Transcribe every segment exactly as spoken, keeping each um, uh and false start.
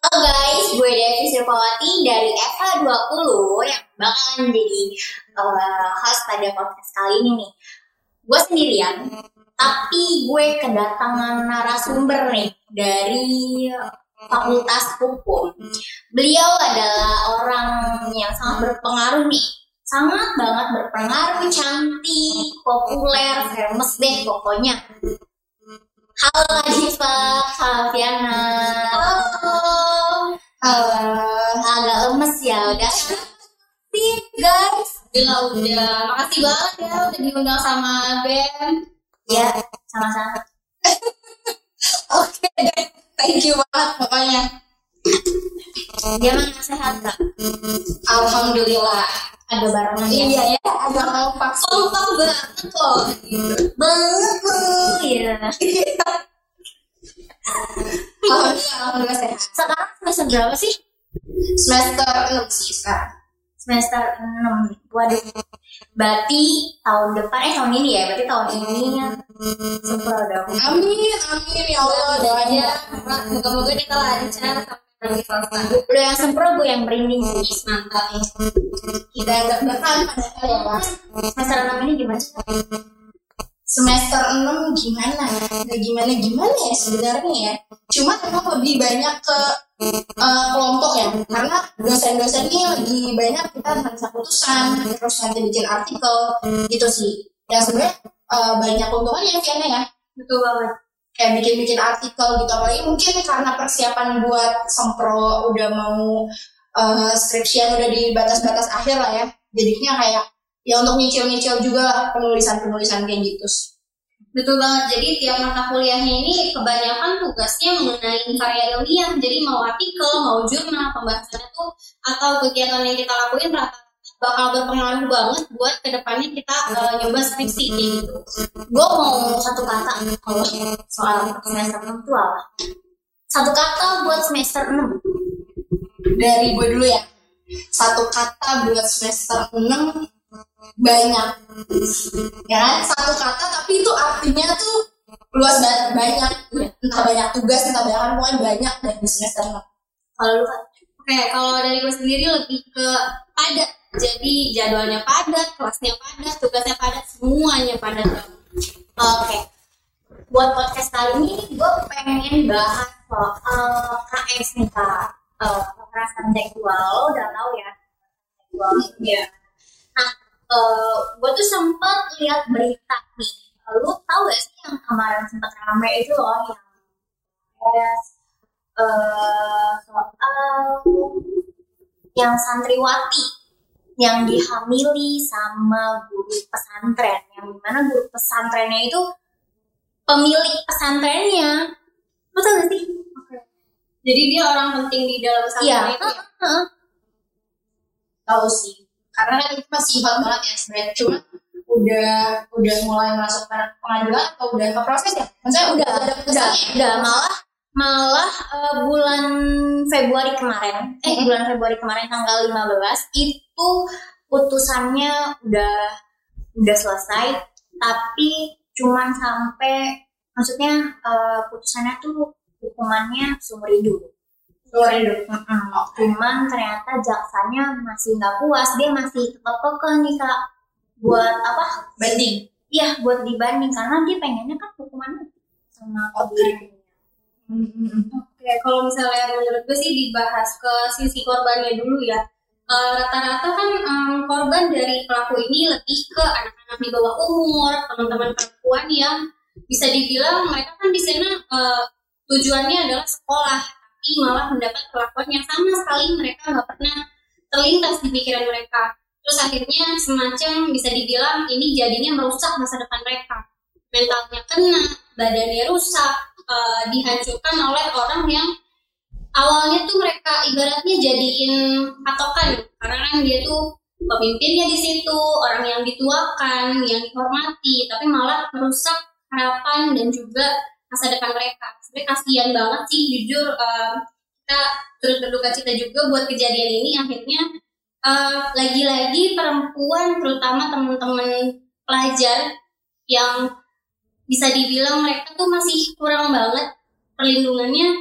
Halo guys, gue Devi Sirpawati dari F H dua puluh yang bakalan jadi uh, host pada podcast kali ini nih. Gue sendirian, tapi gue kedatangan narasumber nih dari Fakultas Hukum. Beliau adalah orang yang sangat berpengaruh nih, sangat banget berpengaruh, cantik, populer, famous deh pokoknya. Halo Kak Diva, Kak Fiana. Halo. Halo. Agak lemes ya, udah Sip guys. Udah, udah. Makasih banget ya udah diundang sama Ben. Ya, sama-sama. Oke deh. Thank you banget pokoknya. Gimana sehat Kak? Alhamdulillah. Ada barengan ya? Iya ya, ada kompak. Kompak banget loh. Banget loh, ya. Alhamdulillah, alhamdulillah sehat. Sekarang semester berapa sih? Semester enam sih sekarang. Semester enam. Waduh. Berarti tahun depan, eh tahun ini ya? Berarti tahun ini sempro dong. Amin, amin ya Allah, doanya. Moga-moga kita lancar sampai selesai. Lo yang sempro, gue yang merinding sih. Mantap. Kita agak bertahan padahal ya Mas. Semester enam ini gimana sih? Semester enam gimana? Gak gimana-gimana ya sebenarnya ya. Cuma emang lebih banyak ke uh, kelompok ya. Karena dosen-dosennya lagi banyak kita nulis keputusan, terus nanti bikin artikel gitu sih. Yang sebenarnya uh, banyak keuntungannya Fiana ya. Betul banget. Kayak bikin-bikin artikel gitu. Apalagi mungkin karena persiapan buat sempro udah mau uh, skripsian udah di batas-batas akhir lah ya. Jadinya kayak ya untuk nyicil-nyicil juga lah penulisan-penulisan kayak gitu. Betul banget, jadi tiap mata kuliahnya ini kebanyakan tugasnya mengenai karya ilmiah. Jadi mau artikel, mau jurnal, pembahasannya tuh atau kegiatan yang kita lakuin rata-rata bakal berpengaruh banget buat kedepannya kita uh, nyoba skripsi gitu. Gue mau satu kata kalau soal semester enam itu apa? Satu kata buat semester enam. Dari gue dulu ya. Satu kata buat semester enam banyak. Ya kan? Satu kata tapi itu artinya tuh luas banget, banyak. Entah banyak tugas, entah banyak, pokoknya banyak dari semester enam. Kalau lu kan? Oke, kalau dari gue sendiri lebih ke padat. Jadi jadwalnya padat, kelasnya padat, tugasnya padat, semuanya padat. Oke. Buat podcast kali ini gue pengen bahas soal K S nih Kak. Uh, kekerasan seksual, lo udah tahu ya? Seksual. Iya. Nah, uh, gue tuh sempat lihat berita nih. Lu tahu gak sih yang kemarin sempat rame itu loh yang yes, uh, soal yang santriwati yang dihamili sama guru pesantren, yang dimana guru pesantrennya itu pemilik pesantrennya. Lu tau gak sih? Oke. Jadi dia orang penting di dalam pesantren Iya. itu ya? Uh-huh. Tahu sih. Karena kan itu masih hot banget ya sebenarnya. Cuma udah udah mulai masuk ke pengadilan atau udah ke proses ya? Maksudnya udah ada Udah, putusannya? udah malah malah uh, bulan Februari kemarin, eh Mm-hmm. bulan Februari kemarin tanggal lima belas itu putusannya udah udah selesai, tapi cuman sampai maksudnya uh, putusannya tuh hukumannya seumur hidup. Seumur hidup. Mm-mm. Cuman ternyata jaksanya masih nggak puas, dia masih tetap kekeh nih Kak buat apa? Banding. Iya, buat dibanding karena dia pengennya kan hukumannya sama Oke. kebijakannya. Oke, kalau misalnya menurut gue sih dibahas ke sisi korbannya dulu ya. Uh, rata-rata kan um, korban dari pelaku ini lebih ke anak-anak di bawah umur, teman-teman perempuan yang bisa dibilang mereka kan di sana uh, tujuannya adalah sekolah, tapi malah mendapat perlakuan yang sama sekali mereka nggak pernah terlintas di pikiran mereka. Terus akhirnya semacam bisa dibilang ini jadinya merusak masa depan mereka. Mentalnya kena, badannya rusak, uh, dihancurkan oleh orang yang awalnya tuh mereka ibaratnya jadiin patokan, karena kan dia tuh pemimpinnya di situ, orang yang dituakan, yang dihormati, tapi malah merusak harapan dan juga masa depan mereka. Sebenarnya kasihan banget sih, jujur uh, kita turut berduka cita juga buat kejadian ini. Akhirnya uh, lagi-lagi perempuan, terutama teman-teman pelajar yang bisa dibilang mereka tuh masih kurang banget perlindungannya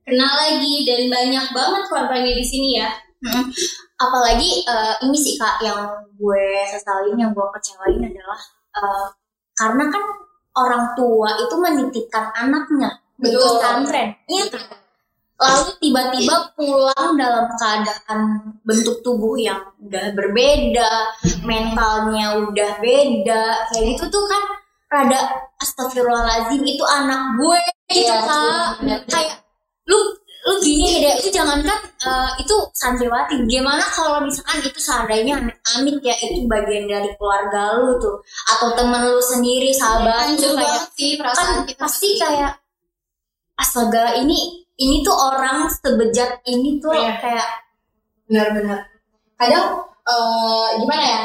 kenal lagi, dan banyak banget korbannya di sini ya. Mm-mm. Apalagi uh, ini sih Kak yang gue sesalin, yang gue kecewain adalah uh, karena kan orang tua itu menitipkan anaknya di Betul. pesantren, iya kan? Lalu tiba-tiba pulang dalam keadaan bentuk tubuh yang udah berbeda, mentalnya udah beda, kayak gitu tuh kan rada astagfirullahaladzim, itu anak gue gitu Iya, Kak. bener. Kayak lu lu gini deh, itu jangankan uh, itu santriwati, gimana kalau misalkan itu seandainya amit-amit ya itu bagian dari keluarga lu tuh atau temen lu sendiri, sahabat Hancur lu, kayak banget sih kan perasaan kita. pasti kayak astaga, ini ini tuh orang sebejat ini tuh. Iya. Kayak Benar-benar. Kadang eh, gimana ya?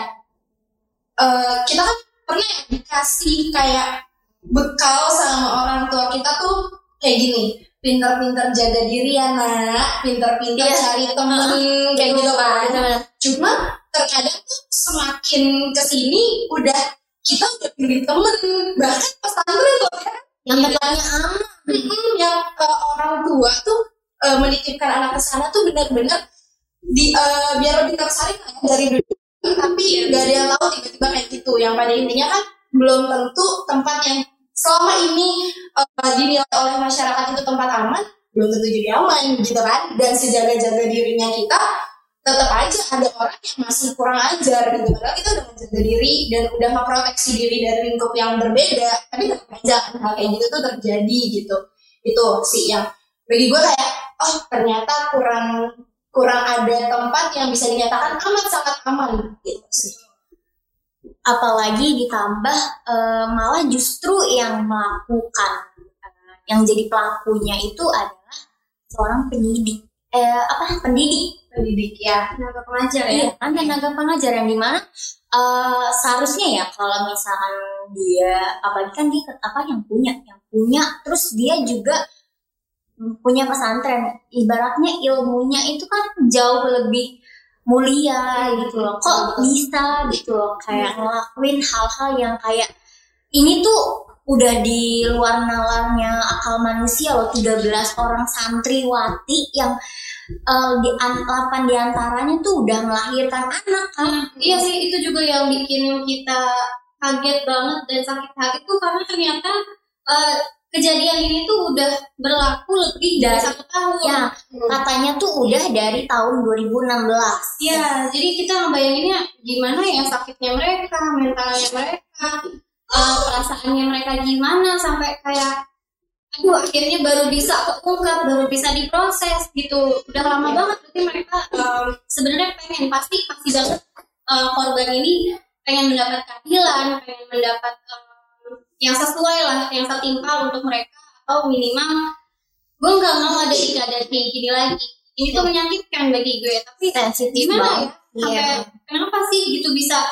Eh, kita kan pernah ya dikasih kayak bekal sama orang tua kita tuh kayak gini, pinter-pinter jaga diri ya nak, pinter-pinter Iya. cari temen, kayak gitu kan. bener-bener. Cuma terkadang tuh semakin kesini udah kita udah pilih temen, bahkan pesantren loh ya. yang bertanya aman. Mm-mm, yang uh, orang tua tuh uh, menitipkan anak ke sana tuh benar-benar di uh, biar lebih tersaring lah ya dari dulu, tapi nggak ada yang tahu tiba-tiba kayak gitu. Yang pada intinya kan belum tentu tempat yang selama ini uh, dinilai oleh masyarakat itu tempat aman belum tentu jadi aman gitu kan. Dan sejaga-jaga dirinya kita tetap aja ada orang yang masih kurang ajar gitu. Padahal kita udah menjaga diri dan udah memproteksi diri dari lingkup yang berbeda, tapi tetap aja hal kayak gitu tuh terjadi gitu. Itu sih yang bagi gue kayak oh ternyata kurang kurang ada tempat yang bisa dinyatakan aman, sangat aman gitu sih. Apalagi ditambah eh, malah justru yang melakukan eh, yang jadi pelakunya itu adalah seorang pendidik eh apa pendidik Pendidik ya. Tenaga pengajar ya. iya kan, tenaga pengajar yang dimana eh, seharusnya ya kalau misalkan dia apalagi kan dia apa yang punya yang punya terus dia juga punya pesantren, ibaratnya ilmunya itu kan jauh lebih mulia gitu loh. Kok bisa gitu loh kayak ngelakuin hal-hal yang kayak ini tuh udah di luar nalarnya akal manusia loh. Tiga belas orang santriwati yang uh, di delapan diantaranya tuh udah melahirkan anak kan. Nah, iya sih, itu juga yang bikin kita kaget banget dan sakit hati tuh karena ternyata uh, kejadian ini tuh udah berlaku lebih dari Dari- satu tahun. Ya, katanya tuh udah dari tahun dua ribu enam belas. Ya, jadi kita ngebayanginnya gimana ya sakitnya mereka, mentalnya mereka, uh, perasaannya mereka gimana sampai kayak, aduh akhirnya baru bisa keungkap, baru bisa diproses gitu. Udah lama banget berarti mereka um, sebenarnya pengen pasti pasti banget uh, korban ini pengen mendapat keadilan, pengen mendapat um, yang sesuai lah, yang setimpal untuk mereka, atau minimal gue nggak mau ada di keadaan kayak gini lagi. Ini tuh menyakitkan bagi gue, tapi Sensitif gimana ya? banget. Sampai Iya. kenapa sih gitu bisa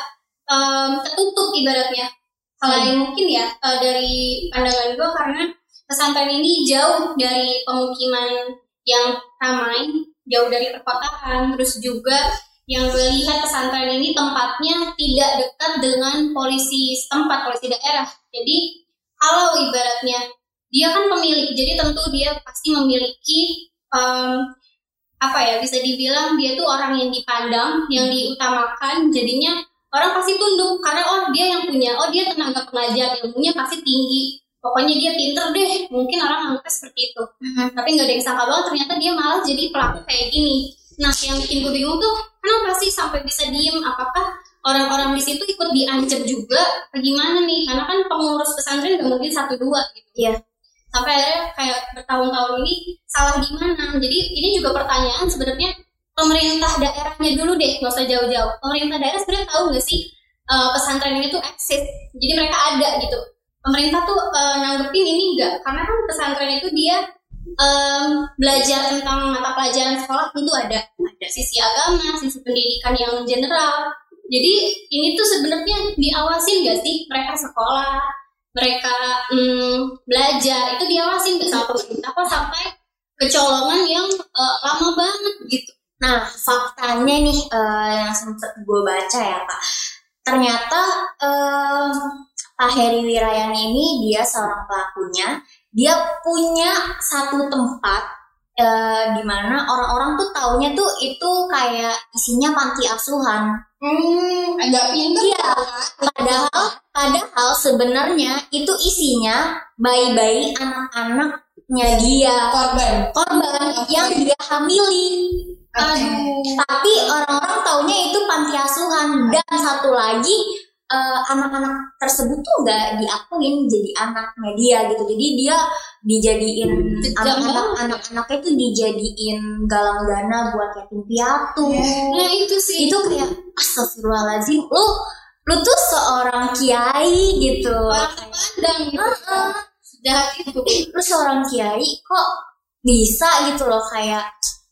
um, tertutup ibaratnya? Selain mungkin ya uh, dari pandangan gue karena pesantren ini jauh dari pemukiman yang ramai, jauh dari perkotaan, terus juga yang gue lihat pesantren ini tempatnya tidak dekat dengan polisi setempat, polisi daerah. Jadi kalau ibaratnya dia kan pemilik, jadi tentu dia pasti memiliki um, apa ya, bisa dibilang dia tuh orang yang dipandang, yang diutamakan, jadinya orang pasti tunduk karena oh dia yang punya, oh dia tenaga pengajar, ilmunya pasti tinggi, pokoknya dia pinter deh, mungkin orang anggapnya seperti itu. Tapi nggak ada yang sangka banget ternyata dia malah jadi pelaku kayak gini. Nah yang bikin gue bingung tuh kenapa sih sampai bisa diem? Apakah orang-orang di situ ikut diancam juga? Bagaimana nih? Karena kan pengurus pesantren nggak mungkin satu dua gitu. Iya. Sampai akhirnya kayak bertahun-tahun ini salah di mana? Jadi ini juga pertanyaan sebenarnya pemerintah daerahnya dulu deh, nggak usah jauh-jauh. Pemerintah daerah sebenarnya tahu nggak sih uh, pesantren ini tuh eksis? Jadi mereka ada gitu. Pemerintah tuh uh, nanggepin ini enggak? Karena kan pesantren itu dia um, belajar tentang mata pelajaran sekolah tentu ada, ada sisi agama, sisi pendidikan yang general. Jadi ini tuh sebenarnya diawasin nggak sih mereka sekolah, mereka um, belajar itu diawasin nggak sama pemerintah? Apa sampai kecolongan yang uh, lama banget gitu? Nah, faktanya nih eh, yang sempat gue baca ya Pak, ternyata eh, Pak Heri Wirayani ini dia seorang pelakunya, dia punya satu tempat uh, dimana orang-orang tuh taunya tuh itu kayak isinya panti asuhan. Hmm, agak pintar ya. Padahal, padahal sebenarnya itu isinya bayi-bayi anak-anaknya dia, korban, korban okay. yang dia hamili. Okay. Tapi orang-orang taunya itu panti asuhan. Dan satu lagi uh, anak-anak tersebut tuh gak diakuin jadi anaknya dia gitu. Jadi dia dijadiin anak-anak anak-anaknya itu dijadiin galang dana buat yatim piatu. Nah itu sih. Itu kayak astagfirullahaladzim, lu lu tuh seorang kiai gitu. Orang pandang gitu. Uh-uh. Jahat itu. Lu seorang kiai kok bisa gitu loh, kayak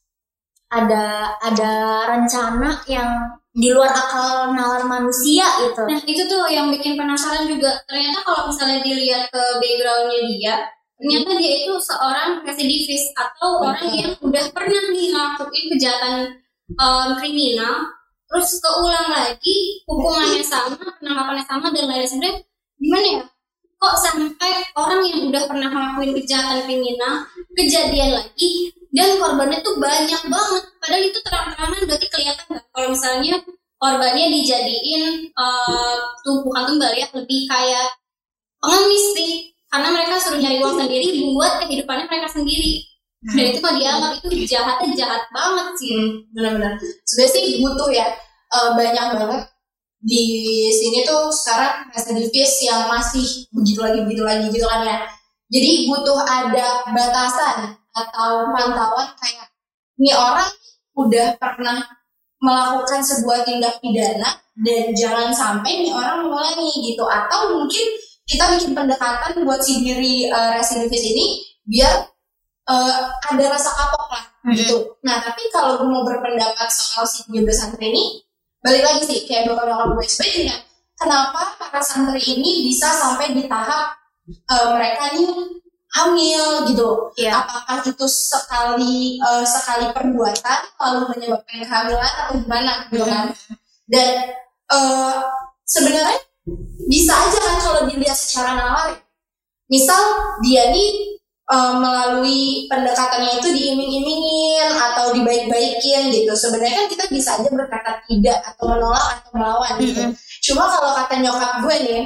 ada ada rencana yang di luar akal nalar manusia gitu. Nah itu tuh yang bikin penasaran juga. Ternyata kalau misalnya dilihat ke backgroundnya dia, ternyata dia itu seorang residivis atau orang yang udah pernah nih ngelakuin kejahatan um, kriminal, terus keulang lagi, hukumannya sama, penangkapannya sama, dan lain sebagainya. Gimana ya? Kok sampai orang yang udah pernah ngelakuin kejahatan kriminal kejadian lagi, dan korbannya tuh banyak banget. Padahal itu terang-terangan berarti kelihatan nggak kalau misalnya korbannya dijadiin uh, tuh bukan tumbal ya, lebih kayak pengemis nih, karena mereka suruh nyari uang sendiri buat kehidupannya mereka sendiri. Dan itu kalau dianggap itu jahatnya jahat banget sih. Hmm, benar-benar. Sebenarnya sih butuh ya uh, banyak banget di sini tuh sekarang residivis yang masih begitu lagi begitu lagi gitu kan ya. Jadi butuh ada batasan atau pantauan kayak ini orang udah pernah melakukan sebuah tindak pidana dan jangan sampai nih orang mengulangi gitu. Atau mungkin kita bikin pendekatan buat si diri uh, residivis ini biar uh, ada rasa kapok lah gitu. Mm-hmm. Nah tapi kalau gue mau berpendapat soal si tiga belas santri ini, balik lagi sih kayak bakal-bakal gue sebenarnya kenapa para santri ini bisa sampai di tahap uh, mereka ini hamil gitu. Yeah. Apakah itu sekali uh, sekali perbuatan lalu menyebabkan kehamilan atau gimana gitu kan? Dan uh, sebenarnya bisa aja kan kalau dilihat secara nalar. Misal dia nih uh, melalui pendekatannya itu diiming-imingin atau dibaik-baikin gitu. Sebenarnya kan kita bisa aja berkata tidak atau menolak atau melawan gitu. Mm-hmm. Cuma kalau kata nyokap gue nih,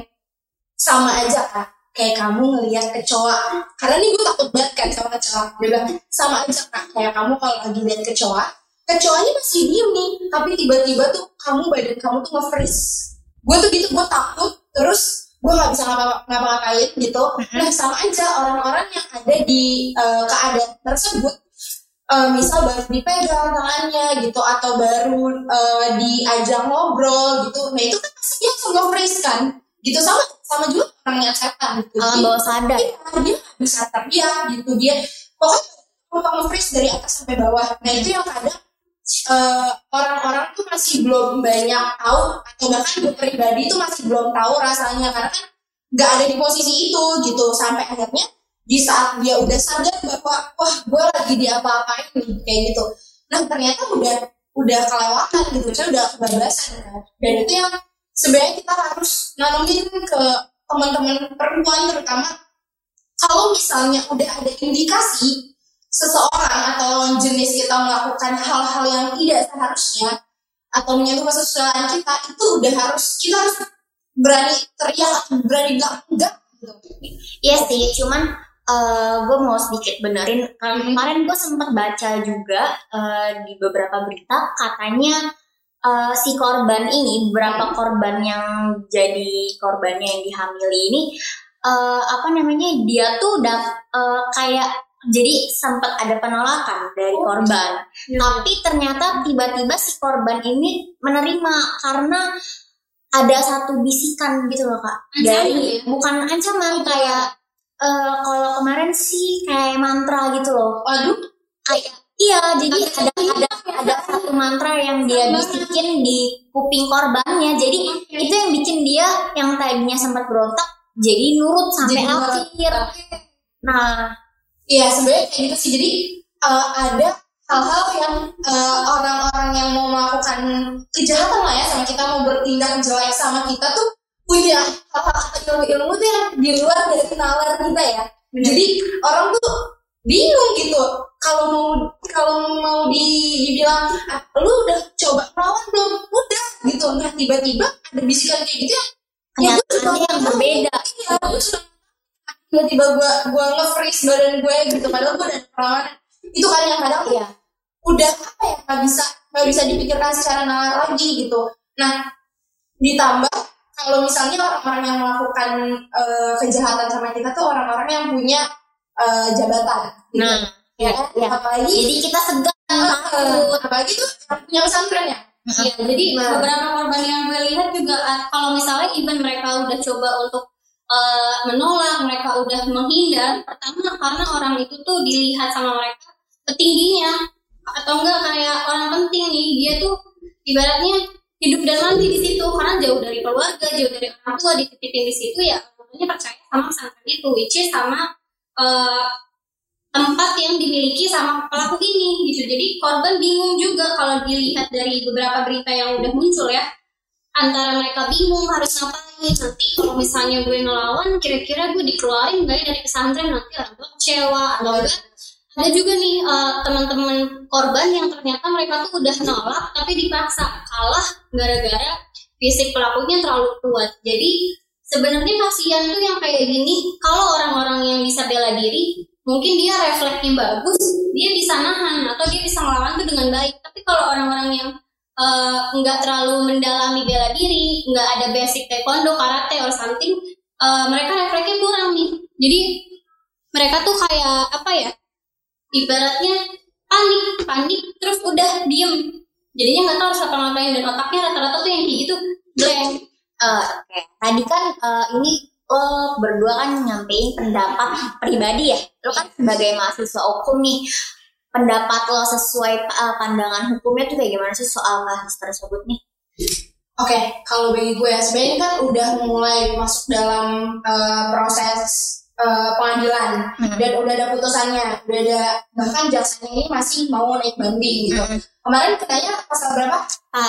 sama aja kan kayak kamu ngelihat kecoa. Karena nih gue takut banget kan sama kecoa. Dia bilang sama aja kan kayak kamu kalau lagi lihat kecoa, kecoanya masih diem nih, tapi tiba-tiba tuh kamu badan kamu tuh nge-freeze. Gue tuh gitu, gue takut, terus gue nggak bisa ngapa-ngapain gitu. Nah sama aja orang-orang yang ada di uh, keadaan tersebut, uh, misal baru dipegang tangannya gitu atau baru uh, diajak ngobrol gitu, nah itu kan pasti dia langsung nge-freeze kan gitu. Sama sama juga orang yang setan gitu, alam bawah sadar dia, dia bisa terbiak gitu, dia pokoknya kalau nge-freeze dari atas sampai bawah. Nah itu yang kadang uh, orang-orang tuh masih belum banyak tahu, atau bahkan gue pribadi tuh masih belum tahu rasanya karena kan nggak ada di posisi itu gitu. Sampai akhirnya di saat dia udah sadar bahwa wah gue lagi diapa-apain nih kayak gitu, nah ternyata udah udah kelewatan gitu, saya udah kebablasan kan. Dan itu yang sebenarnya kita harus nanemin ke teman-teman perempuan terutama, kalau misalnya udah ada indikasi seseorang atau lawan jenis kita melakukan hal-hal yang tidak seharusnya atau menyentuh kesusilaan kita, itu udah harus kita harus berani teriak atau berani bilang enggak gitu. Iya sih, cuman uh, gue mau sedikit benerin. Kemarin gue sempat baca juga uh, di beberapa berita katanya Uh, si korban ini, beberapa korban yang jadi korbannya yang dihamili ini, uh, apa namanya, dia tuh udah uh, kayak jadi sempat ada penolakan dari korban, oh, tapi ternyata tiba-tiba si korban ini menerima karena ada satu bisikan gitu loh kak, dari bukan ancaman kayak uh, kalau kemarin sih kayak mantra gitu loh. Waduh, kayak iya, jadi ada ada ada satu mantra yang dia bisikin di kuping korbannya. Jadi okay. itu yang bikin dia yang tadinya sempat berontak jadi nurut sampai jadi akhir. Nah, iya sebenarnya kayak gitu sih. Jadi uh, ada hal-hal yang uh, orang-orang yang mau melakukan kejahatan lah ya sama kita, mau bertindak jelek sama kita tuh punya hal-hal atau ilmu-ilmu tuh yang di luar dari nalar kita ya. Bener. Jadi orang tuh bingung gitu. Kalau mau kalau mau di, dibilang ah, lu udah coba melawan belum? Udah gitu. Nah tiba-tiba ada bisikan kayak gitu ya, ya kenyataannya yang berbeda. Iya, gue sudah tiba-tiba gue gue nge-freeze badan gue gitu, padahal gue udah perlawanan. Itu kan yang kadang Iya. udah apa ya, nggak bisa nggak bisa dipikirkan secara nalar lagi gitu. Nah ditambah kalau misalnya orang-orang yang melakukan uh, kejahatan sama kita tuh orang-orang yang punya uh, jabatan gitu. Nah, ya, ya. Apalagi jadi kita segan, uh, apalagi tuh punya pesantren ya. Iya, jadi Nah. beberapa korban yang gue lihat juga uh, kalau misalnya even mereka udah coba untuk uh, menolak, mereka udah menghindar, pertama karena orang itu tuh dilihat sama mereka petingginya, atau enggak kayak orang penting nih, dia tuh ibaratnya hidup dan mati di situ karena jauh dari keluarga, jauh dari orang tua, dititipin di situ ya, pokoknya percaya sama pesantren itu, which is sama uh, tempat yang dimiliki sama pelaku ini gitu. Jadi korban bingung juga kalau dilihat dari beberapa berita yang udah muncul ya, antara mereka bingung harus ngapain, nanti kalau misalnya gue ngelawan kira-kira gue dikeluarin nggak ya dari pesantren, nanti orang tua kecewa, atau enggak ada juga nih uh, teman-teman korban yang ternyata mereka tuh udah nolak tapi dipaksa kalah gara-gara fisik pelakunya terlalu kuat. Jadi sebenarnya kasihan tuh yang kayak gini, kalau orang-orang yang bisa bela diri mungkin dia refleksnya bagus, dia bisa nahan atau dia bisa melawan tuh dengan baik. Tapi kalau orang-orang yang uh, nggak terlalu mendalami bela diri, nggak ada basic taekwondo, karate, or something, uh, mereka refleksnya kurang nih. Jadi mereka tuh kayak apa ya, ibaratnya panik, panik terus udah diem. Jadinya nggak tahu harus apa ngapain, dan otaknya rata-rata tuh yang kayak gitu blank. Uh, Oke, okay. Tadi kan uh, ini lo berdua kan nyampein pendapat pribadi ya. Lo kan sebagai mahasiswa hukum nih, pendapat lo sesuai uh, pandangan hukumnya tuh kayak gimana sih soal kasus tersebut nih? Oke, okay, kalau bagi gue ya sebenarnya kan udah mulai masuk dalam uh, proses uh, pengadilan hmm. dan udah ada putusannya, udah ada, bahkan jaksanya ini masih mau naik banding gitu. Hmm. Kemarin katanya pasal berapa?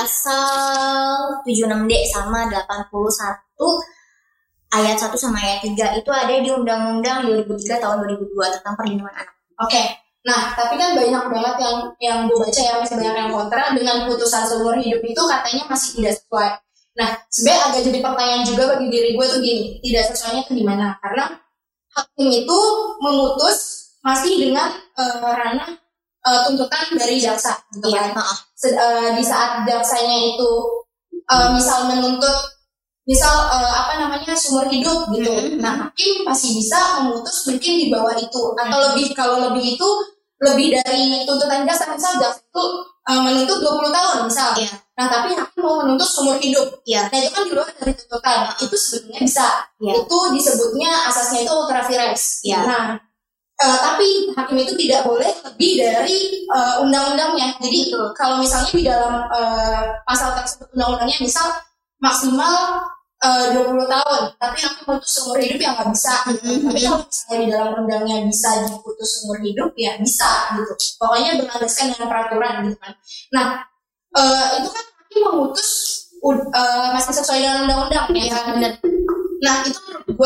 Pasal tujuh puluh enam D sama delapan puluh satu ayat satu sama ayat tiga itu ada di Undang-Undang dua ribu tiga tahun dua ribu dua tentang perlindungan anak. Oke. Okay. Nah, tapi kan banyak banget yang yang gue baca ya, masih banyak yang kontra dengan putusan seumur hidup itu katanya masih tidak sesuai. Nah, sebenarnya agak jadi pertanyaan juga bagi diri gue tuh gini, tidak sesuainya tuh di mana? Karena hakim itu memutus masih dengan uh, ranah uh, tuntutan dari jaksa gitu kan. Iya. Se- uh, di saat jaksanya itu uh, misal menuntut misal uh, apa namanya seumur hidup gitu. Mm-hmm. Nah, hakim masih bisa memutus mungkin di bawah itu atau lebih, kalau lebih itu lebih dari tuntutan jaksa. Misal jaksa itu uh, menuntut dua puluh tahun misal. Yeah. Nah, tapi hakim mau menuntut seumur hidup. Yeah. Nah, itu kan di luar dari tuntutan. Uh-huh. Itu sebenarnya bisa. Yeah. Itu disebutnya asasnya itu ultra vires. Yeah. Nah, uh, tapi hakim itu tidak boleh lebih dari uh, undang-undangnya. Jadi itu kalau misalnya di dalam uh, pasal tersebut undang-undangnya misal maksimal uh, dua puluh tahun, tapi hakim putus seumur hidup ya nggak bisa gitu. Mm-hmm. Tapi kalau misalnya di dalam undangnya bisa diputus seumur hidup ya bisa gitu. Pokoknya berlandaskan dengan peraturan gitu kan. Nah, uh, itu kan hakim memutus uh, masih sesuai dengan undang-undang ya kan. Benar. Nah, itu menurut gue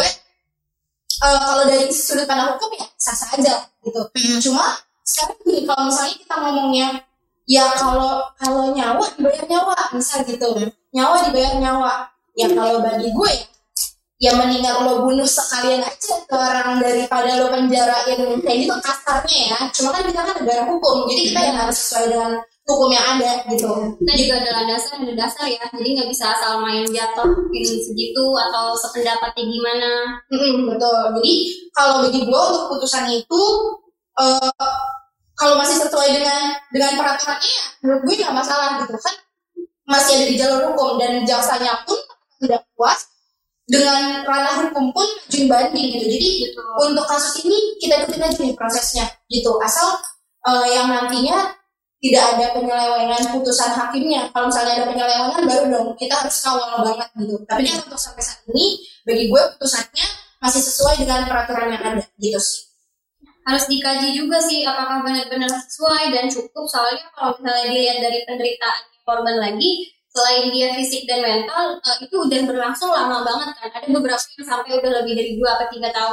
uh, kalau dari sudut pandang hukum ya sah-sah aja gitu. Mm-hmm. Cuma sekarang gini, kalau misalnya kita ngomongnya ya kalau kalau nyawa dibayar nyawa misal gitu, nyawa dibayar nyawa, ya kalau bagi gue ya mendingan lo bunuh sekalian aja ke orang daripada lo penjarain kayak gitu kasarnya ya. Cuma kan kita kan negara hukum, jadi kita yang harus sesuai dengan hukum yang ada gitu. Kita juga ada dasar ada dasar ya, jadi nggak bisa asal main jatuh ini segitu atau sependapatnya gimana. Mm-hmm, betul. Jadi kalau bagi gue untuk putusan itu uh, kalau masih sesuai dengan dengan peraturannya ya menurut gue nggak masalah gitu kan, masih ada di jalur hukum dan jaksanya pun tidak puas dengan ranah hukum pun majuin banding gitu. Jadi gitu, untuk kasus ini kita ikutin aja nih prosesnya gitu, asal uh, yang nantinya tidak ada penyelewengan putusan hakimnya. Kalau misalnya ada penyelewengan baru dong kita harus kawal banget gitu. Tapi kan untuk sampai saat ini bagi gue putusannya masih sesuai dengan peraturan yang ada gitu sih. Harus dikaji juga sih apakah benar-benar sesuai dan cukup, soalnya kalau misalnya dilihat dari penderitaan korban lagi, selain dia fisik dan mental, uh, itu udah berlangsung lama banget kan. Ada beberapa yang sampai udah lebih dari dua atau tiga tahun.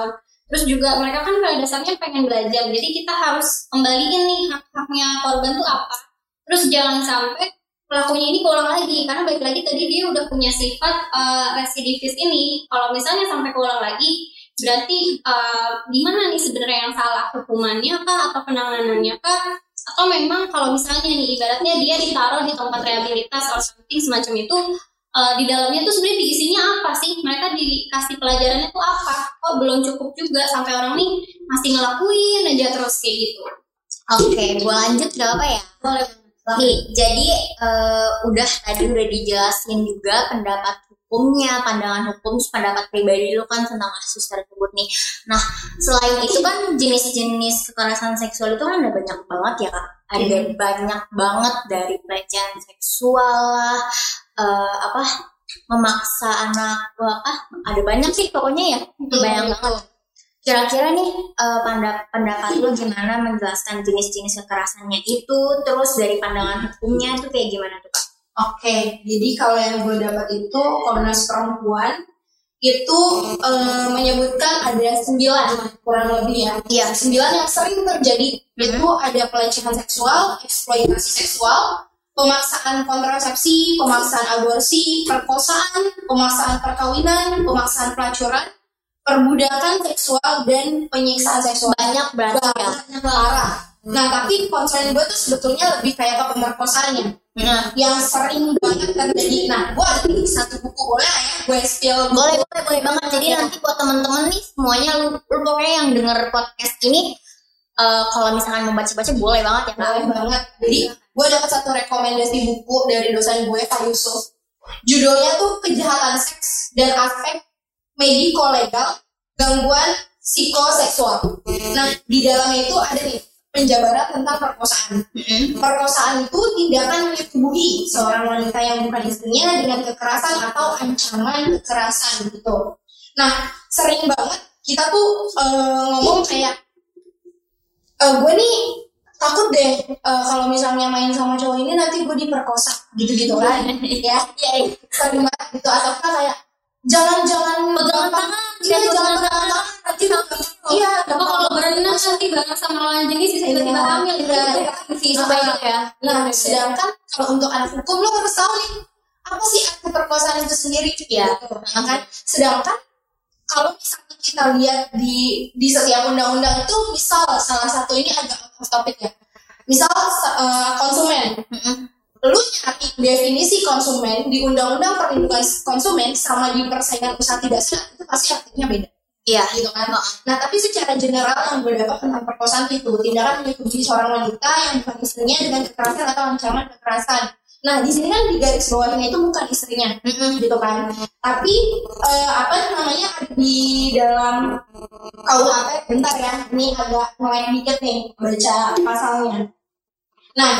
Terus juga mereka kan pada dasarnya pengen belajar, jadi kita harus kembaliin nih hak-haknya korban tuh apa. Terus jangan sampai pelakunya ini keulang lagi, karena balik lagi tadi dia udah punya sifat uh, residivis ini. Kalau misalnya sampai keulang lagi, berarti uh, gimana nih sebenarnya yang salah, hukumannya kah atau penanganannya kah? Atau memang kalau misalnya nih ibaratnya dia ditaruh di tempat rehabilitas atau something semacam itu, Uh, di dalamnya tuh sebenarnya diisinya apa sih? Mereka dikasih pelajarannya tuh apa? Kok belum cukup juga sampai orang nih masih ngelakuin aja terus kayak gitu. Oke, okay, gue lanjut gak apa ya? Boleh. Nih, jadi uh, udah tadi udah dijelasin juga pendapat hukumnya, pandangan hukum, pendapat pribadi lu kan tentang kasus tersebut nih. Nah, selain itu kan jenis-jenis kekerasan seksual itu kan ada banyak banget ya Kak. Ada hmm. banyak banget dari pelecehan seksual lah, uh, apa memaksa anak, apa ada banyak sih pokoknya ya, hmm. banyak banget. Kira-kira nih uh, pendapat, pendapat lu gimana menjelaskan jenis-jenis kekerasannya itu, terus dari pandangan hukumnya itu kayak gimana tuh Kak? Oke, okay, jadi kalau yang gue dapat itu Komnas Perempuan itu e, menyebutkan ada sembilan kurang lebih ya. Iya, sembilan yang sering terjadi mm-hmm. itu ada pelecehan seksual, eksploitasi seksual, pemaksaan kontrasepsi, pemaksaan aborsi, perkosaan, pemaksaan perkawinan, pemaksaan pelacuran, perbudakan seksual dan penyiksaan seksual. Banyak berarti ya. Parah. Nah, tapi concern gue tuh sebetulnya lebih kayak ke pemerkosaannya. Nah, yang sering banget terjadi. Nah, gue ada nih satu buku, boleh lah ya gue spill buku. Boleh, boleh, boleh banget. Jadi ya. Nanti buat teman-teman nih semuanya lu, lu pokoknya yang denger podcast ini uh, kalau misalkan mau baca-baca boleh banget ya Kak. Boleh banget. Jadi gue dapat satu rekomendasi buku dari dosen gue Pak Yusuf. Judulnya tuh Kejahatan Seks dan Aspek Mediko-Legal Gangguan Psikoseksual. Nah, di dalamnya itu ada nih penjabaran tentang perkosaan. Mm-hmm. Perkosaan itu tindakan menyetubuhi seorang wanita yang bukan istrinya dengan kekerasan atau ancaman kekerasan gitu. Nah, sering banget kita tuh uh, ngomong kayak, uh, gue nih takut deh uh, kalau misalnya main sama cowok ini nanti gue diperkosa gitu-gitu kan. ya, ya, sering banget gitu. Atau kayak jangan-jangan pegangan tangan, iya jangan pegangan tangan nanti iya apa kalau berenang nanti bareng sama lawan jenis bisa tiba-tiba hamil gitu ya ya. Nah, sedangkan kalau untuk anak hukum lo harus tahu nih apa sih arti perkosaan itu sendiri ya kan. Sedangkan kalau misalnya kita lihat di di setiap undang-undang itu, misal salah satu ini agak off topic ya, misal uh, konsumen. Lu nyari definisi konsumen di Undang-Undang Perlindungan Konsumen sama di persaingan usaha tidak sehat itu pasti artinya beda. Iya, gitu kan. Nah, tapi secara general yang gue dapat tentang perkosaan itu tindakan menyetubuhi seorang wanita yang bukan istrinya dengan kekerasan atau ancaman kekerasan. Nah, di sini kan di garis bawahnya itu bukan istrinya, mm-hmm. gitu kan. Tapi uh, apa namanya di dalam K U H P, bentar ya, ini agak melek dikit nih baca pasalnya. Nah,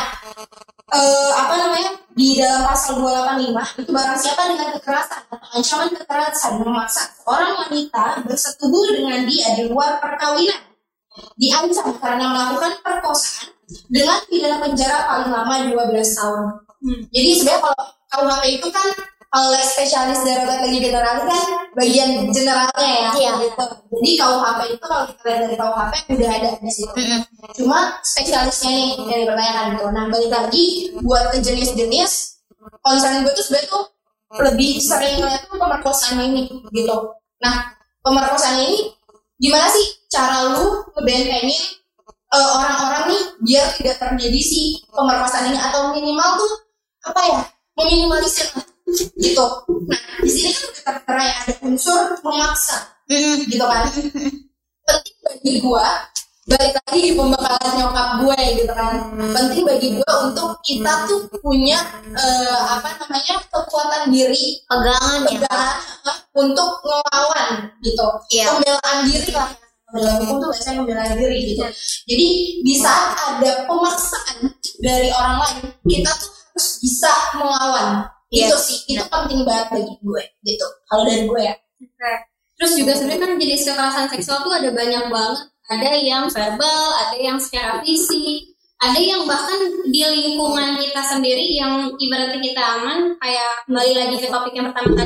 Uh, apa namanya di dalam pasal dua ratus delapan puluh lima itu barang siapa dengan kekerasan atau ancaman kekerasan memaksa seorang wanita bersetubuh dengan dia di luar perkawinan diancam karena melakukan perkosaan dengan pidana penjara paling lama dua belas tahun. Hmm. Jadi sebenarnya kalau K U H P itu kan oleh spesialis darurat lagi general kan bagian generalnya ya. Iya. Gitu. Jadi K U H P itu kalau kita lihat dari K U H P udah ada di situ. Mm-hmm. Cuma spesialisnya nih yang dipertanyakan gitu. Nah, balik lagi buat ke jenis-jenis concern gue tuh sebenarnya tuh lebih sering ngeliat tuh pemerkosaan ini gitu. Nah, pemerkosaan ini gimana sih cara lu ngebentengin uh, orang-orang nih biar tidak terjadi si pemerkosaan ini, atau minimal tuh apa ya, meminimalisir gitu. Nah, di sini kan udah tertera ya ada unsur memaksa, mm. gitu kan. Penting bagi gua, balik lagi di pembekalan nyokap gue gitu kan. Penting bagi gua untuk kita tuh punya uh, apa namanya kekuatan diri, pegangan ya, pegangan uh, untuk ngelawan gitu. Yeah. Pembelaan diri lah. Dalam hukum tuh biasanya pembelaan diri gitu. Jadi di saat ada pemaksaan dari orang lain, kita tuh harus bisa melawan. Yes. Itu sih, itu penting banget bagi gue gitu. Kalau dari gue ya. Okay. Terus juga sebenarnya kan jenis kekerasan seksual tuh ada banyak banget. Ada yang verbal, ada yang secara fisik, ada yang bahkan di lingkungan kita sendiri yang ibaratnya kita aman. Kayak kembali lagi ke topik yang pertama tadi,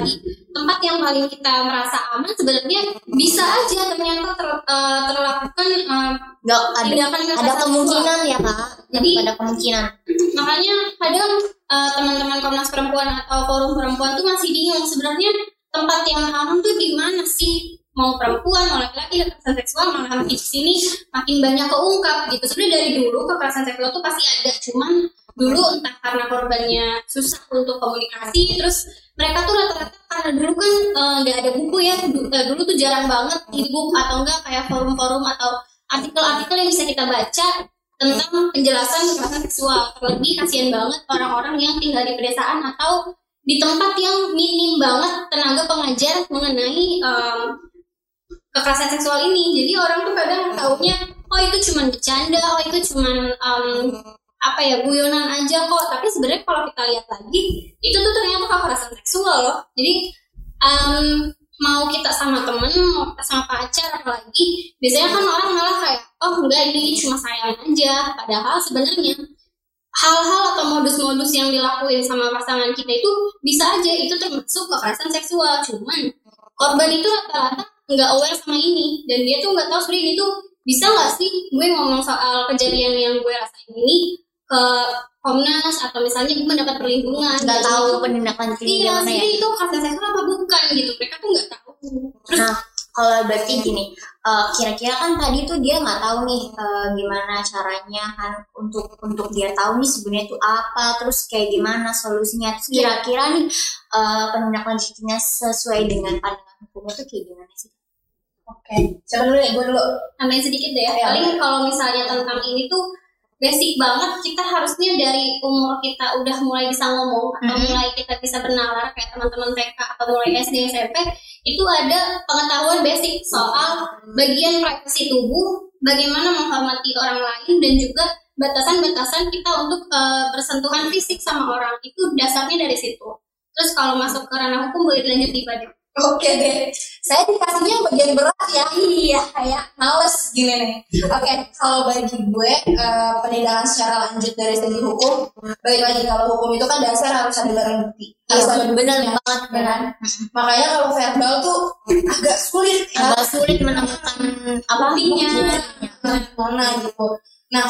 tempat yang paling kita merasa aman sebenarnya bisa aja ternyata ter, uh, terlakukan uh, Nggak, ada, tindakan ada kekerasan kemungkinan ya kak, Jadi ada kemungkinan. Makanya kadang uh, teman-teman Komnas Perempuan atau forum perempuan tuh masih bingung sebenarnya tempat yang aman tuh di mana sih? Mau perempuan, mau laki-laki, kekerasan seksual malah di sini makin banyak keungkap gitu. Sebenarnya dari dulu kekerasan seksual tuh pasti ada, cuman dulu entah karena korbannya susah untuk komunikasi, terus mereka tuh rata-rata karena dulu kan nggak uh, ada buku ya, dulu, uh, dulu tuh jarang banget e-book atau enggak kayak forum-forum atau artikel-artikel yang bisa kita baca tentang penjelasan kekerasan seksual. Terlebih kasihan banget orang-orang yang tinggal di pedesaan atau di tempat yang minim banget tenaga pengajar mengenai um, kekerasan seksual ini. Jadi orang tuh kadang taunya oh itu cuma bercanda, oh itu cuma um, apa ya guyonan aja kok. Tapi sebenarnya kalau kita lihat lagi itu tuh ternyata kekerasan seksual loh. Jadi um, mau kita sama temen, mau kita sama pacar apalagi, biasanya kan orang malah kayak oh enggak ini cuma sayang aja. Padahal sebenarnya hal-hal atau modus-modus yang dilakuin sama pasangan kita itu bisa aja itu termasuk kekerasan seksual. Cuman korban itu rata-rata nggak aware sama ini dan dia tuh nggak tahu sebenarnya ini tuh bisa nggak sih gue ngomong soal kejadian yang gue rasain ini ke Komnas atau misalnya gue mendapat perlindungan, nggak tahu penindakan iya gimana ya. Itu kekerasan seksual apa bukan gitu, mereka tuh nggak tahu. Terus, nah kalau berarti gini, uh, kira-kira kan tadi tuh dia nggak tahu nih uh, gimana caranya kan untuk untuk dia tahu nih sebenarnya itu apa, terus kayak gimana solusinya, terus kira-kira nih uh, penindaklanjutinya sesuai dengan pandangan hukumnya tuh kayak gimana sih? Oke, okay. Siapa dulu nih? Gue dulu. Nambahin sedikit deh ya. Paling kalau misalnya tentang ini tuh basic banget, kita harusnya dari umur kita udah mulai bisa ngomong atau mm-hmm. mulai kita bisa bernalar kayak teman-teman T K atau mulai S D S M P itu ada pengetahuan basic soal bagian privasi tubuh, bagaimana menghormati orang lain dan juga batasan-batasan kita untuk uh, bersentuhan fisik sama orang. Itu dasarnya dari situ. Terus kalau masuk ke ranah hukum boleh dilanjut di pada. Oke deh, saya dikasihnya bagian berat ya. Iya, kayak males gini nih. Oke, kalau bagi gue uh, penindakan secara lanjut dari segi hukum, balik lagi kalau hukum itu kan dasar harus ada barang bukti. Harus ya, ada benar banget, benar. Makanya kalau verbal tuh agak sulit, ya. agak sulit menemukan apa buktinya, mana gitu. Nah,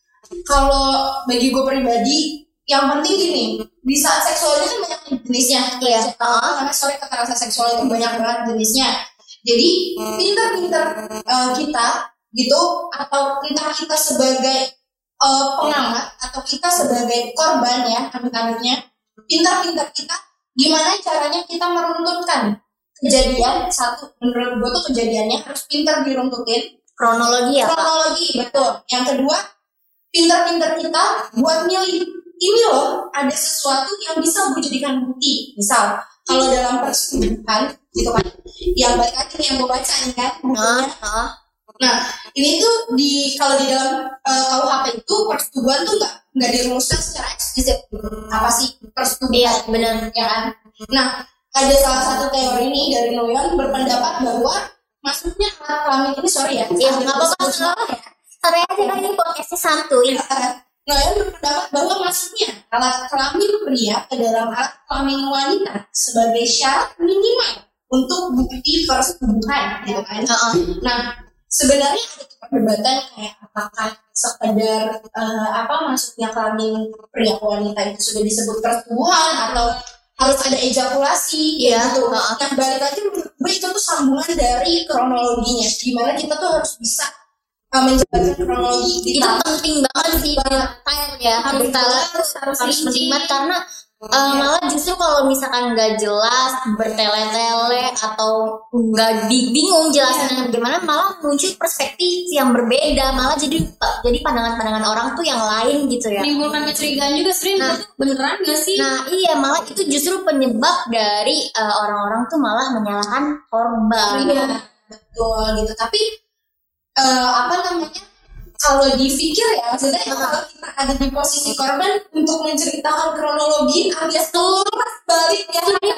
kalau bagi gue pribadi, yang penting gini, di saat seksual itu kan banyak jenisnya. Iya. Karena soalnya kekerasan seksual itu banyak banget jenisnya. Jadi pintar-pintar uh, kita gitu, atau entah kita sebagai uh, pengamat atau kita sebagai korban ya, amit-amitnya, pintar-pintar kita gimana caranya kita meruntutkan kejadian. Satu, menurut gue tuh kejadiannya harus pintar diruntutin. Kronologi ya, Kronologi, betul. Yang kedua, pintar-pintar kita buat milih. Ini loh, ada sesuatu yang bisa gue jadikan bukti. Misal, kalau dalam persetubuhan, gitu kan, yang balik lagi yang gue baca nih kan, nah, nah. nah ini tuh di kalau di dalam uh, K U H P itu persetubuhan tuh nggak nggak dirumuskan secara eksplisit. Apa sih persetubuhan? Iya, benar. Ya kan. Nah, ada salah satu teori nih dari Noyon berpendapat bahwa maksudnya alat kelamin ini sorry ya. Iya, nggak apa-apa salah ya. Sorry aja kan ini podcastnya santuy. Nah, yang berpendapat bahwa masuknya alat kelamin pria ke dalam alat kelamin wanita sebagai syarat minimal untuk bukti persetubuhan, gitu kan? Uh-uh. Nah, sebenarnya ada perdebatan kayak apakah sekedar uh, apa maksudnya kelamin pria ke wanita itu sudah disebut persetubuhan atau harus ada ejakulasi, ya gitu. Uh-uh. Nah, balik lagi menurut gue itu tuh sambungan dari kronologinya, gimana kita tuh harus bisa menjalankan kronologi. Itu penting banget sih detail ya, harus detail, harus harus, harus penting banget karena uh, malah justru kalau misalkan nggak jelas bertele-tele atau nggak bingung jelasinnya gimana, malah muncul perspektif yang berbeda, malah jadi jadi pandangan-pandangan orang tuh yang lain gitu ya, menimbulkan kecurigaan juga sering. Nah, itu beneran nggak sih? Nah iya, malah itu justru penyebab dari uh, orang-orang tuh malah menyalahkan korban. Iya, betul gitu. Tapi Uh, apa namanya, kalau dipikir ya, maksudnya uh. kalau kita ada di posisi korban untuk menceritakan kronologi alias lepas balik ya,